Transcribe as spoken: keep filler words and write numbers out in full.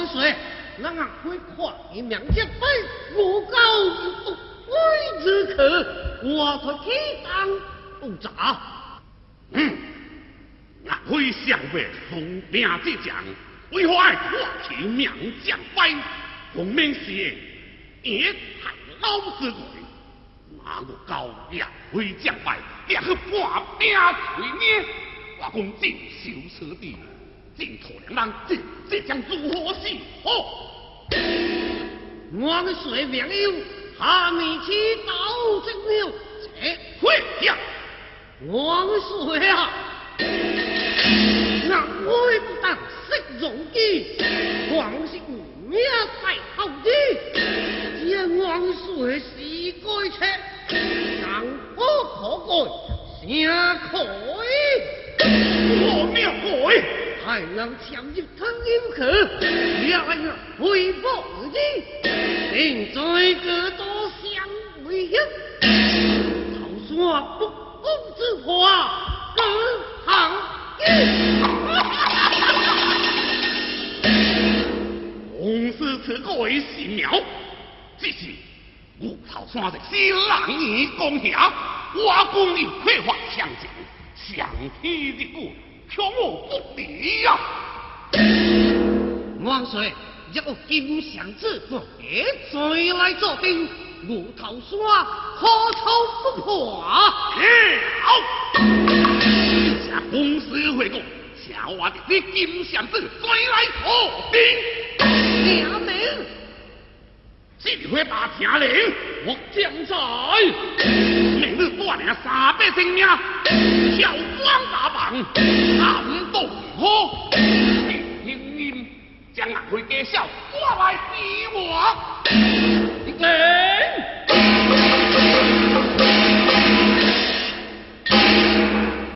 水，那俺会跨一명将被我高一不归之客，我可替当不杂。 嗯，俺会想为奉命之将，为何爱跨起名将败？奉命是也太老之鬼，那我高也会将败，也去半命催命，我讲尽羞耻的。净土两人，这这将如何是好？ 我的水名有下面起刀正了，这会呀！ 我的水啊，那我不当识容易，光是命在后的，这我的水是该切，让我可改，下可我命改。 还能强入他阴壳，也还要回报你，并在个多相为一，头说不公之话，更行一。 公司此改是妙，只是五头山的是人言讲下，我讲有缺乏强劲，上天的故。却我不理呀！ 万岁，一个金祥子，我别再来做兵，五头山何愁不破？ 好，下公司会讲，下我的你金祥子再来破兵。 娘命！ 这回把听令，我将在明日断了三百性命，跳光打棒，暗度好，听音将俺会介绍，我来比我。